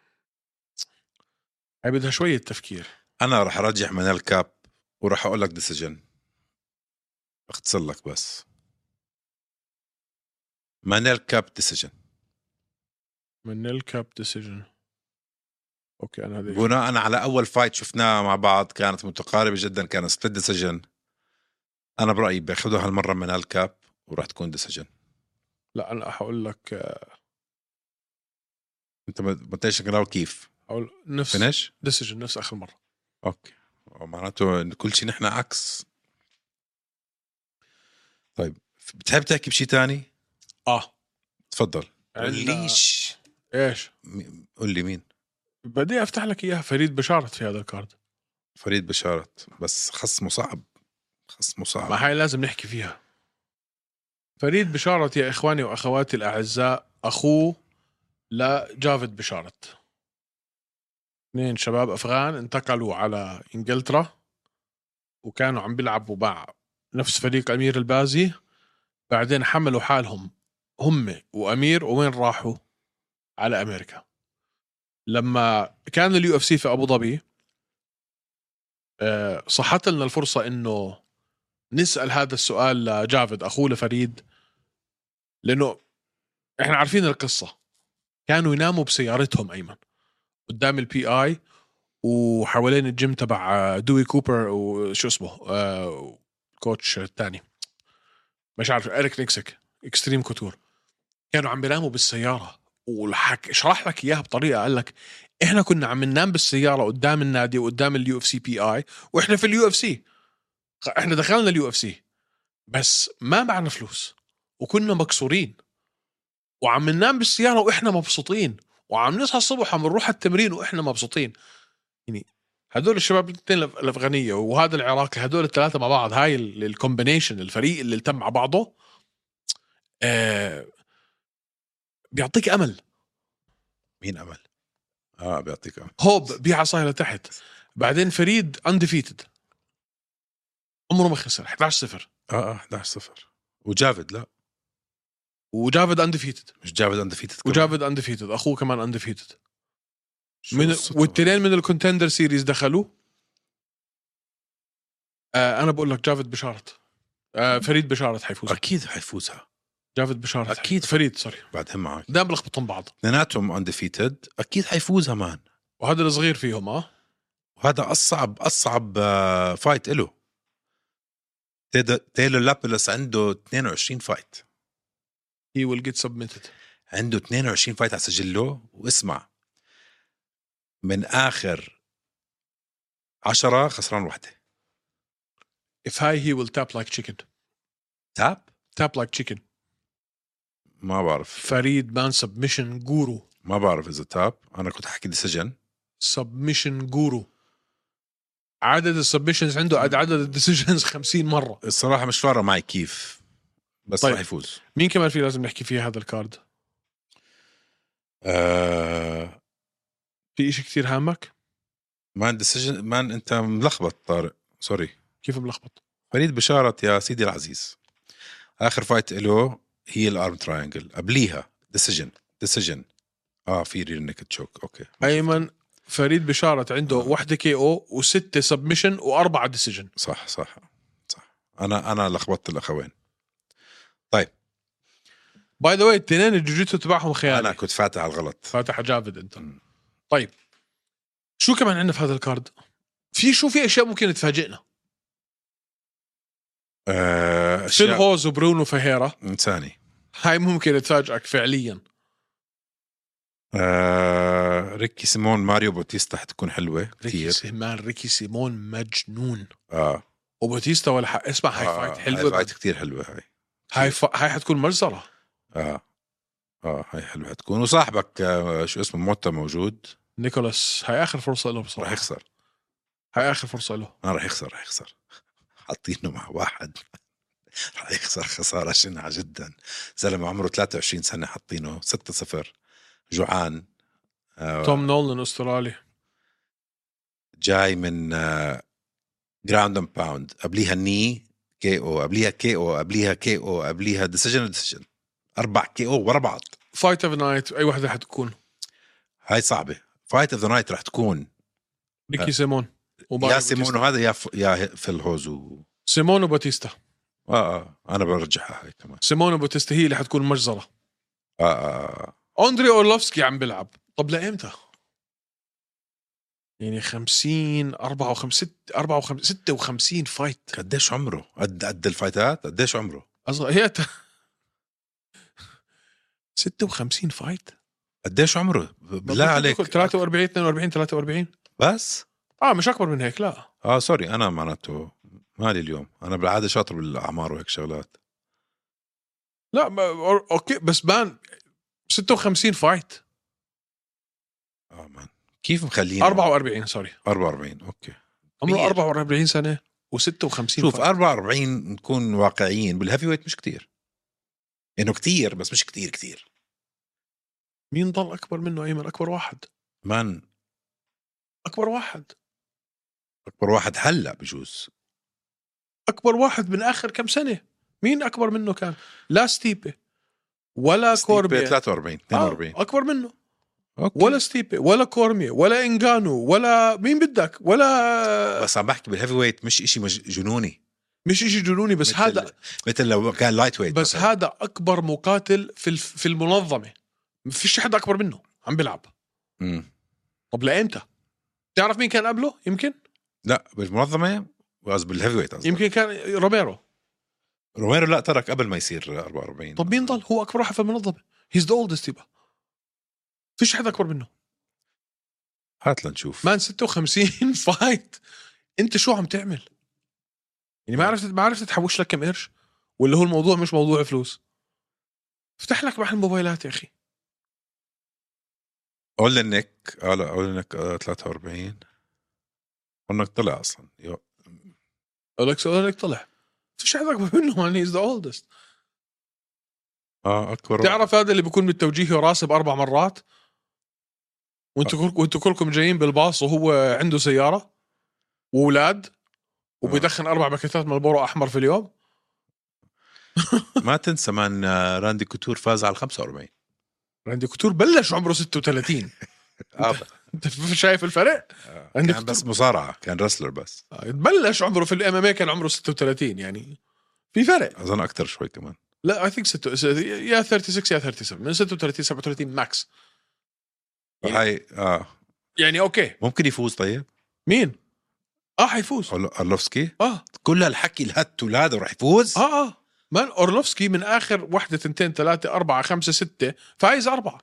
هاي بدها شوية تفكير. أنا رح أرجح مانيل كاب ورح أقول لك ديسيجن، اختصر لك بس. مانيل كاب ديسيجن. مانيل كاب ديسيجن. اوكي انا هذا بناء على اول فايت شفناها مع بعض كانت متقاربه جدا، كان سبليت ديسيجن. انا برايي بياخذوها هالمره مانيل كاب وراح تكون ديسيجن. لا انا حقول لك انت ما تيجي كيف اقول نفس فينيش ديسيجن نفس اخر مره. اوكي، معناته كل شيء نحن عكس. طيب بتحب تحكي بشيء تاني؟ تفضل. ليش ايش؟ قول لي مين بدي افتح لك اياها. فريد بشارت في هذا الكارد. فريد بشارت، بس خصمه صعب. ما هاي لازم نحكي فيها. فريد بشارت يا اخواني واخواتي الاعزاء اخوه لجافد بشارت، اثنين شباب افغان انتقلوا على انجلترا وكانوا عم بيلعبوا مع نفس فريق امير البازي، بعدين حملوا حالهم هم وامير وين راحوا؟ على امريكا. لما كان اليو اف سي في ابو ظبي صحت لنا الفرصه انه نسال هذا السؤال لجافد اخوه لفريد، لانه احنا عارفين القصه. كانوا يناموا بسيارتهم ايمن قدام البي اي وحوالين الجيم تبع دوي كوبر وشو اسمه كوتش الثاني مش عارف إريك نيكسك اكستريم كوتور. كانوا عم بيناموا بالسياره شرح لك اياها بطريقه، قال لك احنا كنا عم ننام بالسياره قدام النادي وقدام اليو اف سي بي اي، واحنا في اليو اف سي. احنا دخلنا اليو اف سي بس ما معنا فلوس وكنا مكسورين وعم ننام بالسياره واحنا مبسوطين، وعم نصحى الصبح عم نروح التمرين واحنا مبسوطين. يعني هدول الشباب الاثنين الافغانيه وهذا العراقي، هدول الثلاثه مع بعض، هاي الكومبينيشن الفريق اللي التم مع بعضه بيعطيك امل. مين امل؟ بيعطيك امل. هوب بعصايه لتحت. بعدين فريد انديفيتد عمره ما خسر 11-0. 11-0. وجافد لا، وجافد انديفيتد. مش جافد انديفيتد وجافد انديفيتد اخوه كمان انديفيتد. والتنين من الكونتندر سيريز دخلوا. انا بقول لك جافد بشارت فريد بشارت حيفوز. اكيد حيفوزها جافد بشارت اكيد. فريد سوري بعدهم معك دائما بلخبطهم بعض. اثنيناتهم انديفيتد، اكيد حيفوزها مان. وهذا الصغير فيهم وهذا اصعب فايت له. تايلور لابلس عنده 22 فايت. he will get submitted. عنده 22 فايت على سجله. واسمع، من آخر 10 خسران وحدة. if high he will tap like chicken. tap like chicken. ما بعرف. فريد مان submission guru. ما بعرف إذا تاب. أنا كنت أحكي ديسيجن. submission guru. عدد السبمشنز عنده عدد الديسيجنز 50 مرة. الصراحة مش فارقة معي كيف، بس طيب. راح يفوز. مين كمان في لازم نحكي فيه هذا الكارد؟ في إشي كتير هامك؟ مان ديسيجن مان. أنت ملخبط طارق، سوري. كيف ملخبط؟ فريد بشارت يا سيدي العزيز آخر فايت له هي الارم تراينجل، قبليها ديسيجن في رير نيك تشوك. اوكي ايمن فريد بشارت عنده واحدة كي او و6 سبمشن و4 ديسيجن. صح انا لخبطت الاخوين. طيب باي ذا واي التنين الجوجيتسو تبعهم خيالي. انا كنت فاتح على الغلط. فاتح جافد انت. طيب شو كمان عندنا في هذا الكارد؟ في اشياء ممكن تفاجئنا. فيل هوز وبرونو فهيرا انساني. هاي ممكن تفاجئك فعليا. ريكي سيمون ماريو بوتيستا حتكون حلوة كتير. ريكي سيمون مجنون. وبوتيستا ولا اسمع هاي فايت حلوة. هاي فايت كتير حلوة. هاي حتكون مجزرة. هاي حلوة حتكون. وصاحبك شو اسمه موتا موجود، نيكولاس. هاي آخر فرصة له بصراحة. راح يخسر. هاي آخر فرصة له. راح يخسر. حاطينه مع واحد راح يخسر خساره شنعه جدا. زلمه عمره 23 سنه حاطينه 6-0 جوعان. توم نولان استرالي جاي من جراوند اند باوند، قبليها ني كي او، قبليها كي او، قبليها كي او، قبليها ديسيجن 4 كي او ورا بعض. فايت اوف نايت اي وحده حتكون؟ هاي صعبه. فايت اوف ذا نايت راح تكون ريكي سيمون يا سيمون وهذا يا فيل هوزو. سيمون وباتيستا. انا برجحها هاي كمان. سيمون وباتيستا هي اللي حتكون مجزرة. أندري أورلوفسكي عم بلعب. طب لأمتى؟ يعني 50 54 56 فايت. قديش عمره؟ قد الفايتات قديش عمره؟ هي 56 فايت. قديش عمره بالله عليك؟ 43 42 43 بس مش اكبر من هيك. لا سوري، انا معناته مالي اليوم، انا بالعاده شاطر بالاعمار وهيك شغلات. لا اوكي بس بان 56 فايت. مان كيف مخلينا 44 سوري 44 اوكي عمره 44 سنه و56. شوف 44 نكون واقعيين بالهيفي ويت مش كتير، انه كتير بس مش كتير. مين ضل اكبر منه ايمن؟ اكبر واحد مان، اكبر واحد هلا بجوز اكبر واحد من اخر كم سنه. مين اكبر منه كان؟ لا ستيبي ولا كورمي. 43 42 اكبر منه. أوكي. ولا ستيبي ولا كورمي ولا انغانو ولا مين بدك ولا. بس عم بحكي بالهيفي ويت مش إشي جنوني، مش إشي جنوني بس مثل لو كان لايت ويت بس مثلاً. هذا اكبر مقاتل في المنظمه، ما فيش حد اكبر منه عم بيلعب. طب لامتى؟ تعرف مين كان قبله؟ يمكن لا بالمنظمه قصدي بالهيفي ويت يمكن كان روميرو. لا ترك قبل ما يصير 44. طب مين ضل هو اكبر واحد في المنظمه؟ هيز ذا اولدست. يبقى فيش حد اكبر منه. هات لنشوف. مان 56 فايت. انت شو عم تعمل؟ يعني ما عرفت تحوش لك كم قرش؟ ولا هو الموضوع مش موضوع فلوس؟ افتح لك محل موبايلات يا اخي. قول انك لا قول انك 43 انك طلع اصلا. اقول لك طلع. فيش حد اكبر منه. مان هيز ذا اولدست. اكبر. تعرف هذا اللي بيكون بالتوجيه راسب 4 مرات وانتوا كلكم جايين بالباص وهو عنده سياره واولاد وبيدخن 4 باكيتات مالبورو احمر في اليوم. ما تنسى مان راندي كوتور فاز على 45. راندي كوتور بلش عمره 36. انت شايف الفرق؟ كان بس مصارعه، كان رسلر بس. بلش عمره في الام ام اي كان عمره 36. يعني في فرق. اظن اكثر شوي كمان. لا اي ثينك يا 36 يا 37 من 36 37 ماكس. هاي يعني اوكي ممكن يفوز. طيب مين؟ حيفوز أورلوفسكي. كل هالحكي الهت ولاده راح يفوز. مان أورلوفسكي من آخر 1 2 3 4 5 6 فايز 4.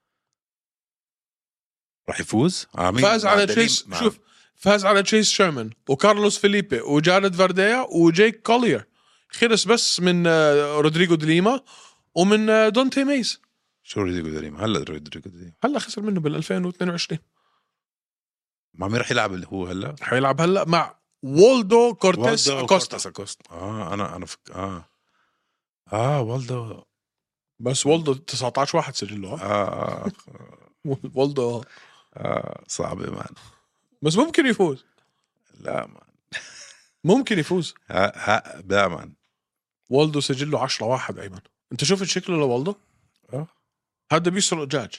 راح يفوز. فاز على تشيس. شوف فاز على تشيس شيرمان وكارلوس فيليبي وجارد فارديا وجيك كولير. خلص بس من رودريغو دليما ومن دونتي ميز. شو رودريغو دليما؟ هلا خسر منه بال 2022. مع مين راح يلعب اللي هو هلا؟ حيلعب هلا مع والدو كورتيس أكوستا. انا والدو. بس والدو 19 واحد سجله. والدو صعب مان. بس ممكن يفوز. لا مان ممكن يفوز. لا مان. والدو سجله 10 واحد. ايمن انت شوف شكله لوالدو. هذا بيسرق دجاج.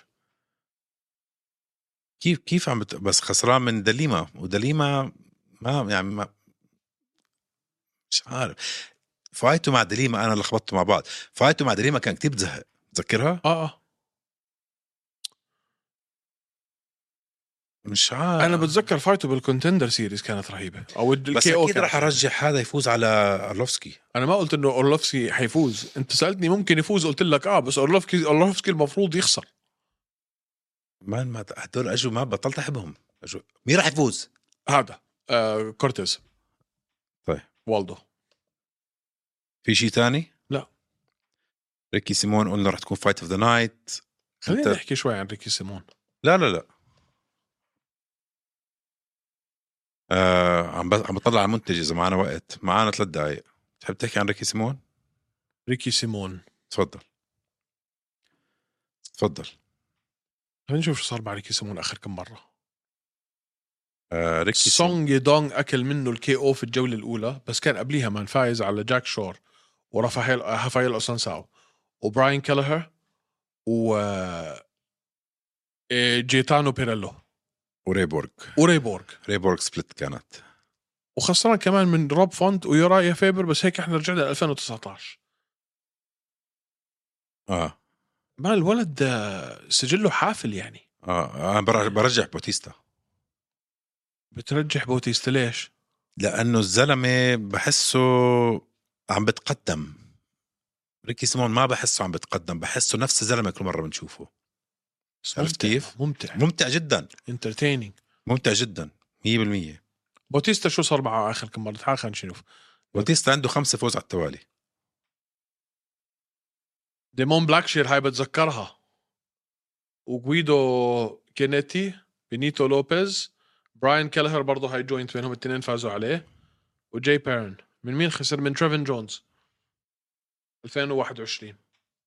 كيف عم بس خسران من دليما، ودليما ما يعني ما مش عارف. فايته مع دليما انا لخبطته مع بعض. فايته مع دليما كان كتير بزهق. تذكرها؟ مش عارف. انا بتذكر فايته بالكونتندر سيريز كانت رهيبه. او بس اكيد راح ارجح هذا يفوز على أورلوفسكي. انا ما قلت انه أورلوفسكي حيفوز. انت سالتني ممكن يفوز قلت لك بس أورلوفسكي المفروض يخسر. ما هدول اجوا ما بطلت احبهم. مين راح يفوز؟ هذا كورتيز. طيب والدو. في شيء تاني؟ لا. ريكي سيمون قلنا راح تكون فايت اوف ذا نايت. خلينا نحكي شوي عن ريكي سيمون. لا عم بطلع على المنتج. إذا معنا وقت، معنا 3 دقايق، تحب تحكي عن ريكي سيمون؟ ريكي سيمون. تفضل. خلينا نشوف شو صار مع ريكي سيمون آخر كم مرة. ريكي سونج يدونغ أكل منه الكي أو في الجولة الأولى، بس كان قبليها مان فايز على جاك شور ورافائيل أوسانساو وبراين كالهر و جيتانو بيريلو وريبورغ سبلت كانت، وخسران كمان من روب فونت ويورايا فيبر. بس هيك احنا رجعنا ل 2019. ما الولد سجله حافل يعني. انا برجح بوتيستا. بترجح بوتيستا ليش؟ لانه الزلمه بحسه عم بتقدم. ريكي سيمون ما بحسه عم بتقدم، بحسه نفس الزلمه كل مره بنشوفه. عرفت كيف؟ ممتع جدا، انترتيننج، ممتع جدا 100%. بوتيستا شو صار معه اخر كم مره؟ تعال خلينا نشوف. بوتيستا عنده 5 فوز على التوالي. ديمون بلاكشير هاي بتذكرها، وغويدو كينيتي، بينيتو لوبيز، براين كالهر برضه هاي جوينت بينهم الاثنين فازوا عليه، وجاي بيرن. من مين خسر؟ من تريفن جونز 2021.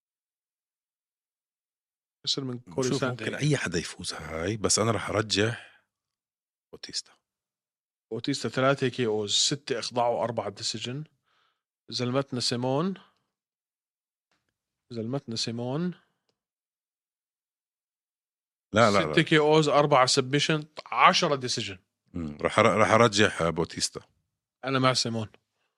خسر من كوري ساندي. ممكن اي حدا يفوز هاي، بس انا رح ارجح بوتيستا. 3 كي اوز، 6 اخضاع و4 ديسيجن. زلمتنا سيمون لا 6 كي اوز، 4 سبمشن، 10 ديسيجن. رح ارجح بوتيستا. انا مع سيمون.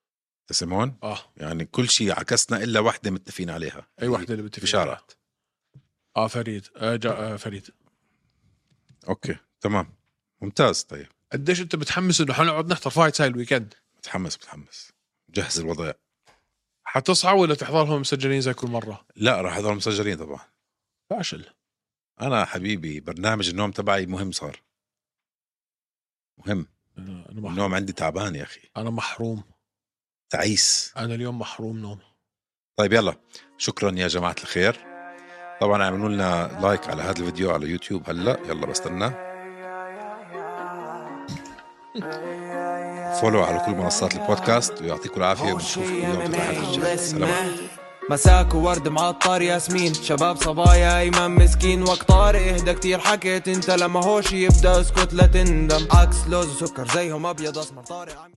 يعني كل شيء عكسنا الا واحدة متفقين عليها. اي واحدة اللي متفقين عليها؟ فريد. فريد. اوكي تمام ممتاز. طيب قديش انت متحمس انه حنقعد نحضر فايتس هاي الويكند؟ متحمس جهز الوضع. حتصعى ولا تحضرهم مسجلين زي كل مرة؟ لا راح احضرهم مسجلين طبعا. فاشل. انا حبيبي برنامج النوم تبعي مهم، صار مهم. النوم عندي تعبان يا اخي. انا محروم، تعيس. انا اليوم محروم نوم. طيب يلا، شكرا يا جماعة الخير. طبعا اعملوا لنا لايك على هذا الفيديو على يوتيوب هلا، يلا بستنى. فولو على كل منصات البودكاست، ويعطيكم العافية، ونشوفكم يوم الأحد الجاي. سلام. مساك وورد معطر ياسمين، شباب صبايا ايمن مسكين، وقت طارق اهدى كتير حكيت انت، لما هوش يبدا اسكت لا تندم، عكس لوز وسكر زيهم ابيض اسمر طارق.